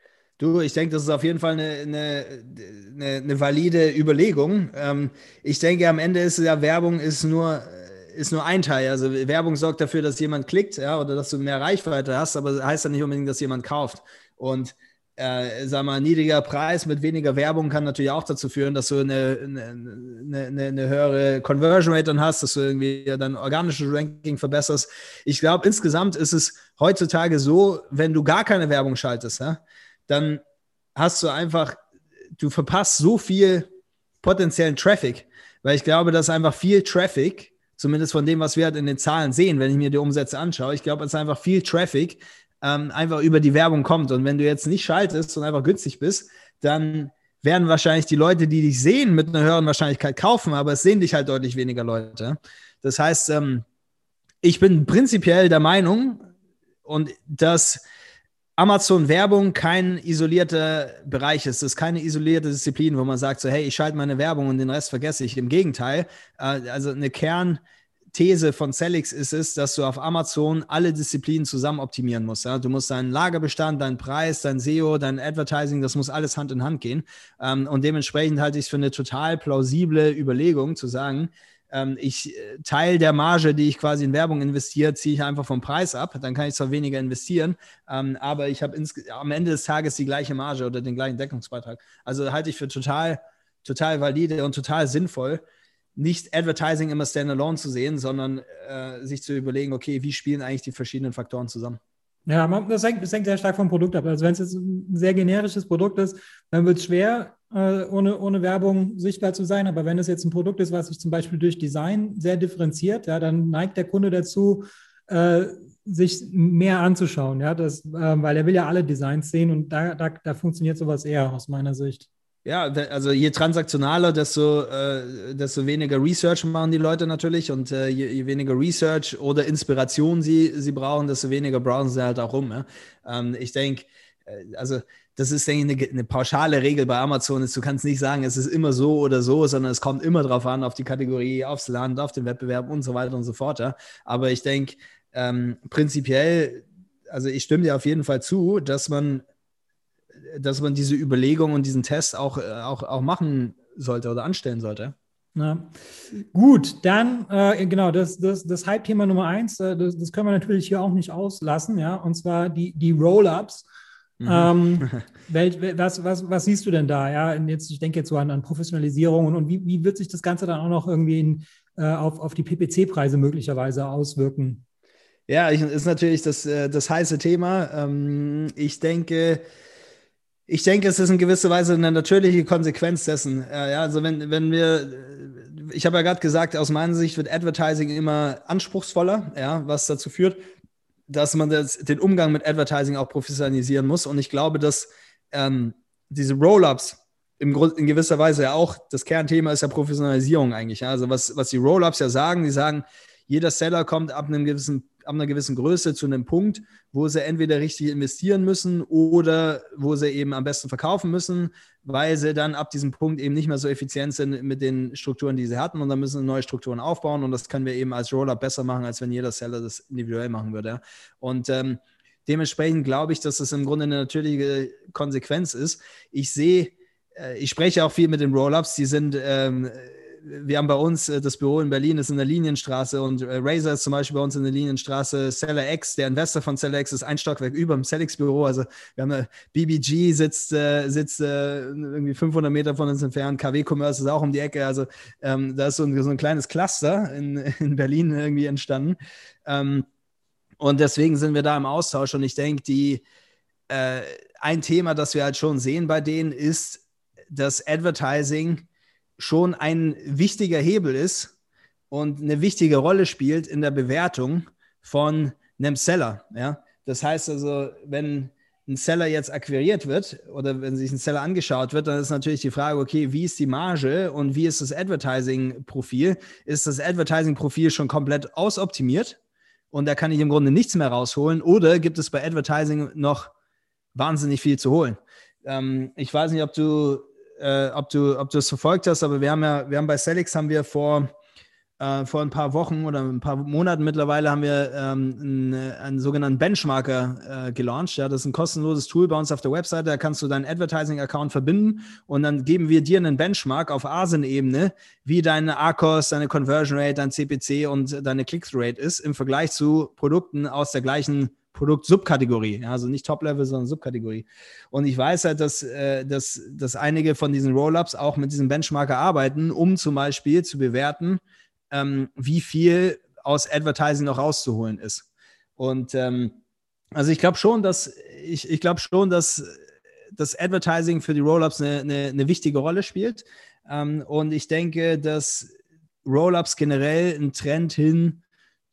Du, ich denke, das ist auf jeden Fall eine, eine, eine, eine valide Überlegung. Ähm, ich denke, am Ende ist ja Werbung ist nur, ist nur ein Teil. Also Werbung sorgt dafür, dass jemand klickt, ja, oder dass du mehr Reichweite hast, aber das heißt ja nicht unbedingt, dass jemand kauft. Und äh, sag mal, niedriger Preis mit weniger Werbung kann natürlich auch dazu führen, dass du eine, eine, eine, eine höhere Conversion Rate dann hast, dass du irgendwie dein organisches Ranking verbesserst. Ich glaube, insgesamt ist es heutzutage so, wenn du gar keine Werbung schaltest, ja, dann hast du einfach, du verpasst so viel potenziellen Traffic, weil ich glaube, dass einfach viel Traffic, zumindest von dem, was wir halt in den Zahlen sehen, wenn ich mir die Umsätze anschaue, ich glaube, dass einfach viel Traffic ähm, einfach über die Werbung kommt. Und wenn du jetzt nicht schaltest und einfach günstig bist, dann werden wahrscheinlich die Leute, die dich sehen, mit einer höheren Wahrscheinlichkeit kaufen, aber es sehen dich halt deutlich weniger Leute. Das heißt, ähm, ich bin prinzipiell der Meinung, und dass Amazon-Werbung kein isolierter Bereich ist. Das ist keine isolierte Disziplin, wo man sagt so, hey, ich schalte meine Werbung und den Rest vergesse ich. Im Gegenteil, äh, also eine Kernthese von Cellix ist es, dass du auf Amazon alle Disziplinen zusammen optimieren musst. Ja? Du musst deinen Lagerbestand, deinen Preis, dein S E O, dein Advertising, das muss alles Hand in Hand gehen. Ähm, und dementsprechend halte ich es für eine total plausible Überlegung zu sagen, ich Teil der Marge, die ich quasi in Werbung investiere, ziehe ich einfach vom Preis ab. Dann kann ich zwar weniger investieren, ähm, aber ich habe am Ende des Tages die gleiche Marge oder den gleichen Deckungsbeitrag. Also halte ich für total, total valide und total sinnvoll, nicht Advertising immer standalone zu sehen, sondern äh, sich zu überlegen, okay, wie spielen eigentlich die verschiedenen Faktoren zusammen?
Ja, man, das, hängt, das hängt sehr stark vom Produkt ab. Also wenn es jetzt ein sehr generisches Produkt ist, dann wird es schwer, äh, ohne, ohne Werbung sichtbar zu sein. Aber wenn es jetzt ein Produkt ist, was sich zum Beispiel durch Design sehr differenziert, ja, dann neigt der Kunde dazu, äh, sich mehr anzuschauen. Ja, das, äh, weil er will ja alle Designs sehen und da, da, da funktioniert sowas eher aus meiner Sicht.
Ja, also je transaktionaler, desto, äh, desto weniger Research machen die Leute natürlich und äh, je, je weniger Research oder Inspiration sie, sie brauchen, desto weniger browsen sie halt auch rum. Ja? Ähm, ich denke, äh, also das ist, denke ich, eine, eine pauschale Regel bei Amazon. Ist, du kannst nicht sagen, es ist immer so oder so, sondern es kommt immer drauf an, auf die Kategorie, aufs Land, auf den Wettbewerb und so weiter und so fort. Ja? Aber ich denke, ähm, prinzipiell, also ich stimme dir auf jeden Fall zu, dass man dass man diese Überlegung und diesen Test auch, auch, auch machen sollte oder anstellen sollte.
Ja. Gut, dann äh, genau, das, das, das Hype-Thema Nummer eins, äh, das, das können wir natürlich hier auch nicht auslassen, ja, und zwar die, die Roll-Ups. Mhm. Ähm, wel, was, was, was siehst du denn da? Ja, und jetzt, ich denke jetzt so an, an Professionalisierung und, und wie, wie wird sich das Ganze dann auch noch irgendwie in, äh, auf, auf die P P C-Preise möglicherweise auswirken?
Ja, ich, ist natürlich das, das heiße Thema. Ähm, ich denke, Ich denke, es ist in gewisser Weise eine natürliche Konsequenz dessen. Äh, ja, also wenn, wenn wir, ich habe ja gerade gesagt, aus meiner Sicht wird Advertising immer anspruchsvoller, ja, was dazu führt, dass man das, den Umgang mit Advertising auch professionalisieren muss. Und ich glaube, dass ähm, diese Roll-Ups im Grund, in gewisser Weise ja auch, das Kernthema ist ja Professionalisierung eigentlich. Ja. Also was, was die Roll-Ups ja sagen, die sagen, jeder Seller kommt ab einem gewissen ab einer gewissen Größe zu einem Punkt, wo sie entweder richtig investieren müssen oder wo sie eben am besten verkaufen müssen, weil sie dann ab diesem Punkt eben nicht mehr so effizient sind mit den Strukturen, die sie hatten und dann müssen sie neue Strukturen aufbauen und das können wir eben als Roll-Up besser machen, als wenn jeder Seller das individuell machen würde. Und ähm, dementsprechend glaube ich, dass das im Grunde eine natürliche Konsequenz ist. Ich sehe, äh, ich spreche auch viel mit den Roll-Ups, die sind ähm, wir haben bei uns, äh, das Büro in Berlin ist in der Linienstraße und äh, Razer ist zum Beispiel bei uns in der Linienstraße, Seller X, der Investor von Seller X ist ein Stockwerk über dem Cellix-Büro, also wir haben äh, B B G sitzt, äh, sitzt äh, irgendwie fünfhundert Meter von uns entfernt, K W Commerce ist auch um die Ecke, also ähm, da ist so ein, so ein kleines Cluster in, in Berlin irgendwie entstanden ähm, und deswegen sind wir da im Austausch und ich denke, die äh, ein Thema, das wir halt schon sehen bei denen ist, dass Advertising schon ein wichtiger Hebel ist und eine wichtige Rolle spielt in der Bewertung von einem Seller. Ja? Das heißt also, wenn ein Seller jetzt akquiriert wird oder wenn sich ein Seller angeschaut wird, dann ist natürlich die Frage, okay, wie ist die Marge und wie ist das Advertising-Profil? Ist das Advertising-Profil schon komplett ausoptimiert und da kann ich im Grunde nichts mehr rausholen, oder gibt es bei Advertising noch wahnsinnig viel zu holen? Ähm, ich weiß nicht, ob du, äh, ob du, ob du es verfolgt hast, aber wir haben ja, wir haben bei Sellics haben wir vor Uh, vor ein paar Wochen oder ein paar Monaten mittlerweile haben wir ähm, einen, einen sogenannten Benchmarker äh, gelauncht. Ja, das ist ein kostenloses Tool bei uns auf der Webseite. Da kannst du deinen Advertising-Account verbinden und dann geben wir dir einen Benchmark auf A S I N-Ebene, wie deine A C O S, deine Conversion Rate, dein C P C und deine Click-Through-Rate ist im Vergleich zu Produkten aus der gleichen Produkt-Subkategorie. Ja, also nicht Top-Level, sondern Subkategorie. Und ich weiß halt, dass, äh, dass, dass einige von diesen Roll-Ups auch mit diesem Benchmarker arbeiten, um zum Beispiel zu bewerten, Ähm, wie viel aus Advertising noch rauszuholen ist. Und ähm, also ich glaube schon, dass ich, ich glaube schon, dass das Advertising für die Roll-Ups eine, eine, eine wichtige Rolle spielt. Ähm, und ich denke, dass Roll-Ups generell ein Trend hin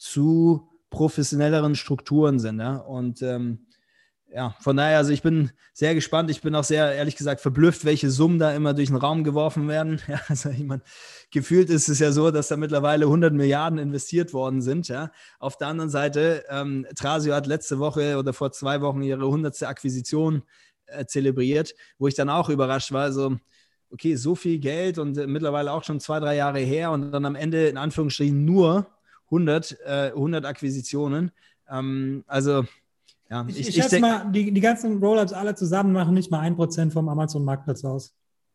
zu professionelleren Strukturen sind. Ja? Und ähm, ja, von daher, also ich bin sehr gespannt. Ich bin auch sehr, ehrlich gesagt, verblüfft, welche Summen da immer durch den Raum geworfen werden. Ja, also ich meine, gefühlt ist es ja so, dass da mittlerweile hundert Milliarden investiert worden sind. Ja. Auf der anderen Seite, ähm, Thrasio hat letzte Woche oder vor zwei Wochen ihre hundertste Akquisition äh, zelebriert, wo ich dann auch überrascht war. Also, okay, so viel Geld und äh, mittlerweile auch schon zwei, drei Jahre her und dann am Ende in Anführungsstrichen nur hundert, äh, hundert Akquisitionen. Ähm, also, Ja,
ich, ich, ich schätze mal, die, die ganzen Roll-Ups alle zusammen machen nicht mal ein Prozent vom Amazon-Marktplatz aus.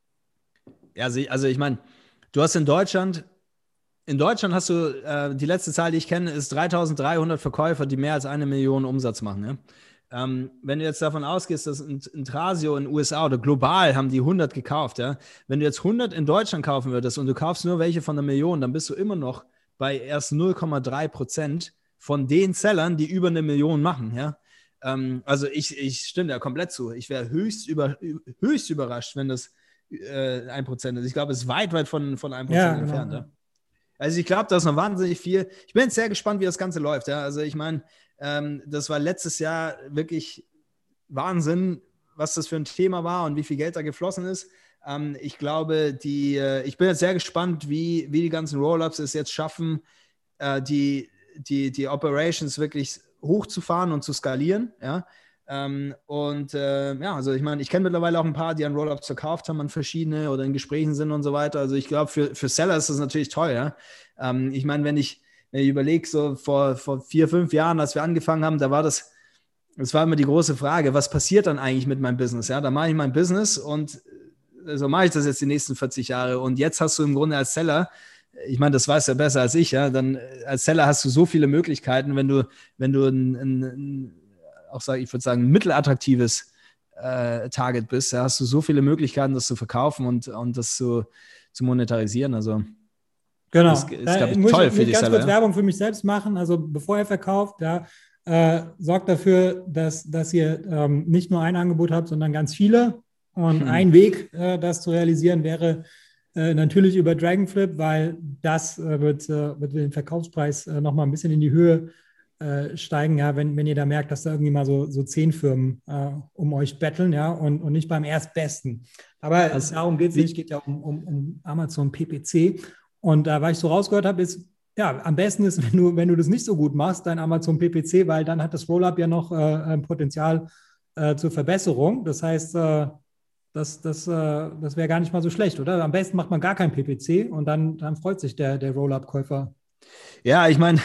Ja, also ich meine, du hast in Deutschland, in Deutschland hast du, äh, die letzte Zahl, die ich kenne, ist dreitausenddreihundert Verkäufer, die mehr als eine Million Umsatz machen. Ja? Ähm, wenn du jetzt davon ausgehst, dass ein, ein Thrasio in den U S A oder global haben die hundert gekauft, ja? Wenn du jetzt hundert in Deutschland kaufen würdest und du kaufst nur welche von einer Million, dann bist du immer noch bei erst null Komma drei Prozent von den Sellern, die über eine Million machen, ja. Also ich, ich stimme da komplett zu. Ich wäre höchst, über, höchst überrascht, wenn das äh, ein Prozent ist. Ich glaube, es ist weit, weit von, von einem Prozent ja, entfernt. Genau. Ja. Also ich glaube, da ist noch wahnsinnig viel. Ich bin jetzt sehr gespannt, wie das Ganze läuft. Ja. Also ich meine, ähm, das war letztes Jahr wirklich Wahnsinn, was das für ein Thema war und wie viel Geld da geflossen ist. Ähm, ich glaube, die, äh, ich bin jetzt sehr gespannt, wie, wie die ganzen Roll-Ups es jetzt schaffen, äh, die, die, die Operations wirklich hochzufahren und zu skalieren, ja, ähm, und äh, ja, also ich meine, ich kenne mittlerweile auch ein paar, die an Roll-Ups verkauft haben, an verschiedene oder in Gesprächen sind und so weiter, also ich glaube, für, für Seller ist das natürlich toll, ja, ähm, ich meine, wenn ich, wenn ich überlege, so vor, vor vier, fünf Jahren, als wir angefangen haben, da war das, das war immer die große Frage, was passiert dann eigentlich mit meinem Business, ja, da mache ich mein Business und so mache ich das jetzt die nächsten vierzig Jahre und jetzt hast du im Grunde als Seller, ich meine, das weißt du ja besser als ich, ja. Dann als Seller hast du so viele Möglichkeiten, wenn du, wenn du ein, ein, ein auch sag, ich würde sagen, ein mittelattraktives äh, Target bist, ja, hast du so viele Möglichkeiten, das zu verkaufen und, und das zu, zu monetarisieren. Also
genau.
Das ist,
da
glaube ich,
muss
toll
ich
für die
ganz
Seller.
kurz
Ja.
Werbung für mich selbst machen. Also bevor ihr verkauft, ja, äh, sorgt dafür, dass, dass ihr ähm, nicht nur ein Angebot habt, sondern ganz viele. Und hm. ein Weg, äh, das zu realisieren, wäre Äh, natürlich über Dragonflip, weil das äh, wird, äh, wird den Verkaufspreis äh, nochmal ein bisschen in die Höhe äh, steigen, ja, wenn, wenn ihr da merkt, dass da irgendwie mal so, so zehn Firmen äh, um euch betteln, ja, und, und nicht beim Erstbesten. Aber also, darum geht es nicht, es geht ja um, um, um Amazon P P C. Und äh, was ich so rausgehört habe, ist, ja, am besten ist, wenn du, wenn du das nicht so gut machst, dein Amazon P P C, weil dann hat das Rollup ja noch äh, Potenzial äh, zur Verbesserung. Das heißt, äh, Das, das, das wäre gar nicht mal so schlecht, oder? Am besten macht man gar kein P P C und dann, dann freut sich der, der Roll-Up-Käufer.
Ja, ich meine,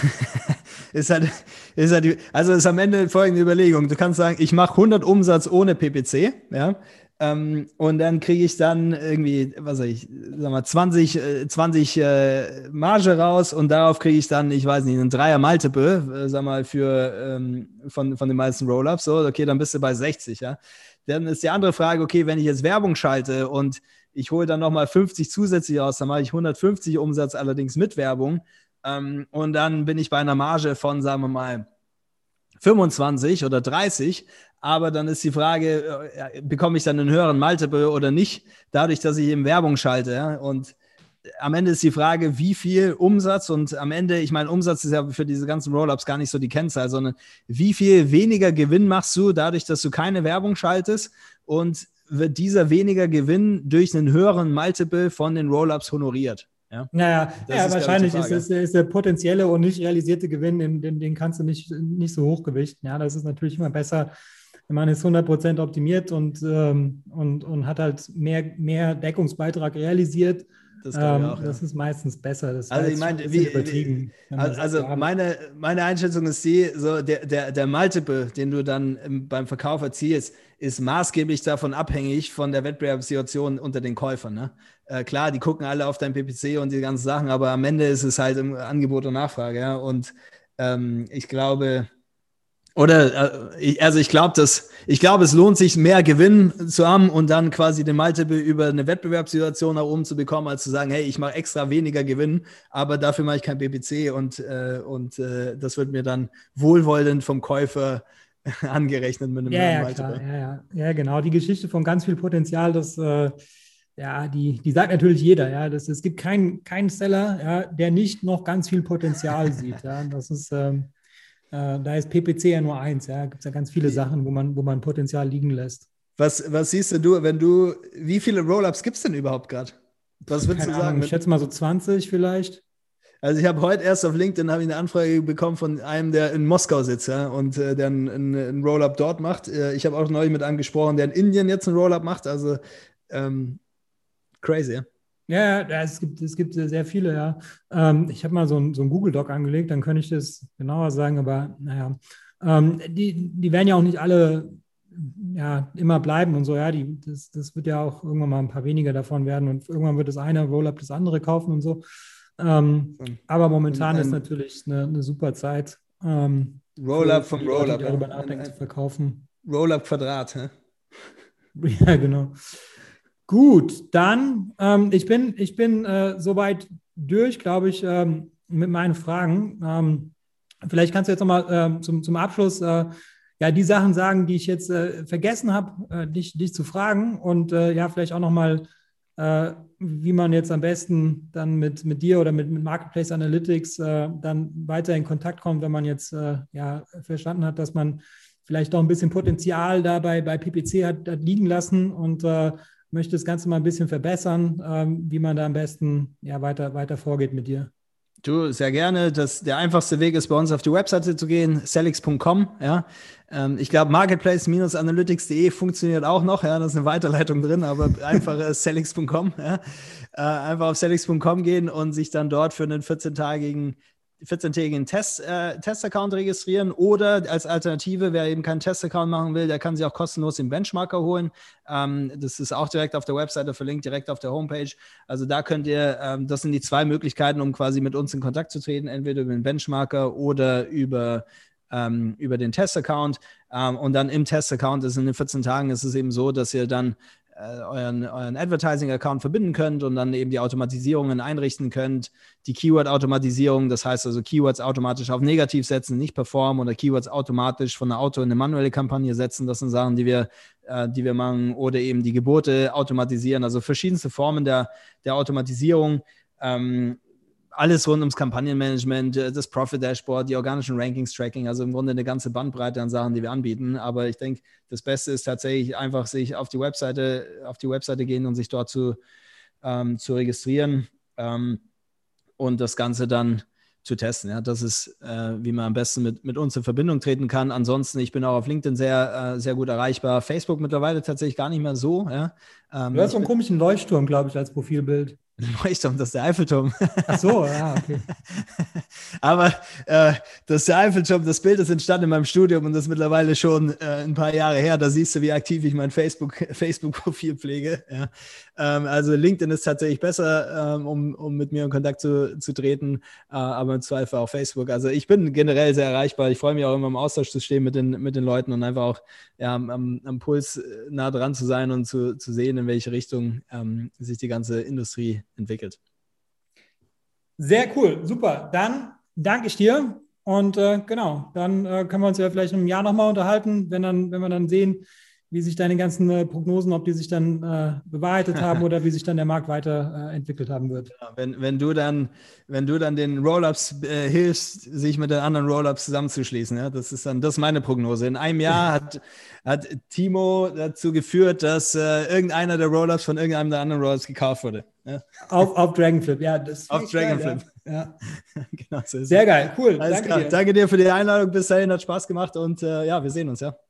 ist halt, ist halt die, also ist am Ende folgende Überlegung. Du kannst sagen, ich mache hundert Umsatz ohne P P C, ja, ähm, und dann kriege ich dann irgendwie, was weiß ich, sag mal, zwanzig, zwanzig äh, Marge raus und darauf kriege ich dann, ich weiß nicht, einen Dreier-Multiple, äh, sag mal, für, ähm, von, von den meisten Roll-Ups, so, okay, dann bist du bei sechzig, ja. Dann ist die andere Frage, okay, wenn ich jetzt Werbung schalte und ich hole dann nochmal fünfzig zusätzlich raus, dann mache ich hundertfünfzig Umsatz allerdings mit Werbung ähm, und dann bin ich bei einer Marge von, sagen wir mal, fünfundzwanzig oder dreißig, aber dann ist die Frage, äh, bekomme ich dann einen höheren Multiple oder nicht, dadurch, dass ich eben Werbung schalte, ja? Und am Ende ist die Frage, wie viel Umsatz und am Ende, ich meine, Umsatz ist ja für diese ganzen Roll-Ups gar nicht so die Kennzahl, sondern wie viel weniger Gewinn machst du dadurch, dass du keine Werbung schaltest und wird dieser weniger Gewinn durch einen höheren Multiple von den Roll-Ups honoriert? Ja,
naja, ja, ist, wahrscheinlich ist, ist, ist der potenzielle und nicht realisierte Gewinn, den, den, den kannst du nicht, nicht so hochgewichten. Ja, das ist natürlich immer besser, wenn man es hundert Prozent optimiert und, ähm, und, und hat halt mehr, mehr Deckungsbeitrag realisiert. Das, ähm, auch, das ja. ist meistens besser. Das
also ich meine, wie, übertrieben. Wie, also sagt, meine, meine Einschätzung ist die, so der, der, der Multiple, den du dann beim Verkauf erzielst, ist maßgeblich davon abhängig von der Wettbewerbssituation unter den Käufern. Ne? Äh, klar, die gucken alle auf dein P P C und die ganzen Sachen, aber am Ende ist es halt im Angebot und Nachfrage. Ja? Und ähm, ich glaube, oder äh, ich, also ich glaube, dass ich glaube, es lohnt sich, mehr Gewinn zu haben und dann quasi den Multiple über eine Wettbewerbssituation nach oben zu bekommen, als zu sagen, hey, ich mache extra weniger Gewinn, aber dafür mache ich kein P P C und, äh, und äh, das wird mir dann wohlwollend vom Käufer angerechnet mit einem
ja, ja, Multiple. Klar, ja, ja, ja, genau. Die Geschichte von ganz viel Potenzial, das äh, ja, die, die sagt natürlich jeder. Ja, das, es gibt keinen keinen Seller, ja, der nicht noch ganz viel Potenzial sieht. Ja, das ist ähm, äh, da ist P P C ja nur eins. Ja, gibt es ja ganz viele Sachen, wo man wo man Potenzial liegen lässt.
Was, was siehst du, wenn du, wie viele Roll-Ups gibt es denn überhaupt gerade? Was würdest
Keine
du sagen?
Ahnung, ich schätze mal so zwanzig vielleicht.
Also ich habe heute erst auf LinkedIn habe ich eine Anfrage bekommen von einem, der in Moskau sitzt, ja, und äh, der einen ein Roll-Up dort macht. Äh, ich habe auch neulich mit einem gesprochen, der in Indien jetzt einen Roll-Up macht. Also ähm, crazy, ja.
Ja, ja, es gibt, es gibt sehr viele, ja. Ähm, ich habe mal so ein, so ein Google-Doc angelegt, dann könnte ich das genauer sagen, aber naja, ähm, die, die werden ja auch nicht alle ja, immer bleiben und so, ja, die, das, das wird ja auch irgendwann mal ein paar weniger davon werden und irgendwann wird das eine Roll-Up das andere kaufen und so. Ähm, aber momentan ein, ist natürlich eine, eine super Zeit. Ähm,
Roll-Up vom Roll-Up.
Die darüber nachdenken zu verkaufen.
Roll-Up-Quadrat, hä?
Ja, genau. Gut, dann, ähm, ich bin, ich bin äh, soweit durch, glaube ich, ähm, mit meinen Fragen. Ähm, vielleicht kannst du jetzt nochmal ähm, zum, zum Abschluss äh, ja, die Sachen sagen, die ich jetzt äh, vergessen habe, äh, dich, dich zu fragen und äh, ja, vielleicht auch nochmal, äh, wie man jetzt am besten dann mit, mit dir oder mit, mit Marketplace Analytics äh, dann weiter in Kontakt kommt, wenn man jetzt äh, ja, verstanden hat, dass man vielleicht auch ein bisschen Potenzial dabei bei P P C hat, hat liegen lassen und äh, möchte das Ganze mal ein bisschen verbessern, ähm, wie man da am besten ja, weiter, weiter vorgeht mit dir.
Du, sehr gerne. Das, der einfachste Weg ist, bei uns auf die Webseite zu gehen, Selix punkt com. Ja. Ähm, ich glaube, marketplace Analytics punkt de funktioniert auch noch. Ja. Da ist eine Weiterleitung drin, aber einfach ist Selix punkt com. Ja. Äh, einfach auf Selix punkt com gehen und sich dann dort für einen vierzehn-tägigen vierzehntägigen Test, äh, Test-Account registrieren oder als Alternative, wer eben keinen Test-Account machen will, der kann sich auch kostenlos den Benchmarker holen. Ähm, das ist auch direkt auf der Webseite verlinkt, direkt auf der Homepage. Also da könnt ihr, ähm, das sind die zwei Möglichkeiten, um quasi mit uns in Kontakt zu treten, entweder über den Benchmarker oder über ähm, über den Test-Account. Ähm, und dann im Test-Account ist in den vierzehn Tagen ist es eben so, dass ihr dann Euren, euren Advertising-Account verbinden könnt und dann eben die Automatisierungen einrichten könnt. Die Keyword-Automatisierung, das heißt also Keywords automatisch auf negativ setzen, nicht performen oder Keywords automatisch von der Auto in eine manuelle Kampagne setzen. Das sind Sachen, die wir, äh, die wir machen oder eben die Gebote automatisieren. Also verschiedenste Formen der, der Automatisierung. Ähm, Alles rund ums Kampagnenmanagement, das Profit-Dashboard, die organischen Rankings-Tracking, also im Grunde eine ganze Bandbreite an Sachen, die wir anbieten. Aber ich denke, das Beste ist tatsächlich einfach, sich auf die Webseite, auf die Webseite gehen und sich dort zu, ähm, zu registrieren ähm, und das Ganze dann zu testen. Ja, das ist, äh, wie man am besten mit, mit uns in Verbindung treten kann. Ansonsten, ich bin auch auf LinkedIn sehr, äh, sehr gut erreichbar. Facebook mittlerweile tatsächlich gar nicht mehr so. Ja.
Ähm, du hast so einen komischen Leuchtturm, glaube ich, als Profilbild.
Leuchtturm, das ist der Eiffelturm.
Ach so, ja, okay.
Aber äh, das ist der Eiffelturm, das Bild ist entstanden in meinem Studium und das ist mittlerweile schon äh, ein paar Jahre her. Da siehst du, wie aktiv ich mein Facebook, Facebook-Profil pflege. Ja. Ähm, also LinkedIn ist tatsächlich besser, ähm, um, um mit mir in Kontakt zu, zu treten, äh, aber im Zweifel auch Facebook. Also ich bin generell sehr erreichbar. Ich freue mich auch immer im Austausch zu stehen mit den, mit den Leuten und einfach auch ja, am, am Puls nah dran zu sein und zu, zu sehen, in welche Richtung ähm, sich die ganze Industrie entwickelt.
Sehr cool, super. Dann danke ich dir und äh, genau, dann äh, können wir uns ja vielleicht im Jahr nochmal unterhalten, wenn, dann, wenn wir dann sehen, wie sich deine ganzen äh, Prognosen, ob die sich dann äh, bewahrheitet haben oder wie sich dann der Markt weiter äh, entwickelt haben wird.
Ja, wenn, wenn, du dann, wenn du dann den Roll-Ups äh, hilfst, sich mit den anderen Roll-Ups zusammenzuschließen, ja, das ist dann das ist meine Prognose. In einem Jahr hat, hat Timo dazu geführt, dass äh, irgendeiner der Roll-Ups von irgendeinem der anderen Roll-Ups gekauft wurde. Ja.
Auf, auf Dragonflip, ja. Das
auf Dragonflip.
Geil, ja. Ja.
Genau so ist
Sehr
es.
geil, cool.
Alles
Danke
klar.
dir.
Danke dir für die Einladung. Bis dahin, hat Spaß gemacht und äh, ja, wir sehen uns, ja.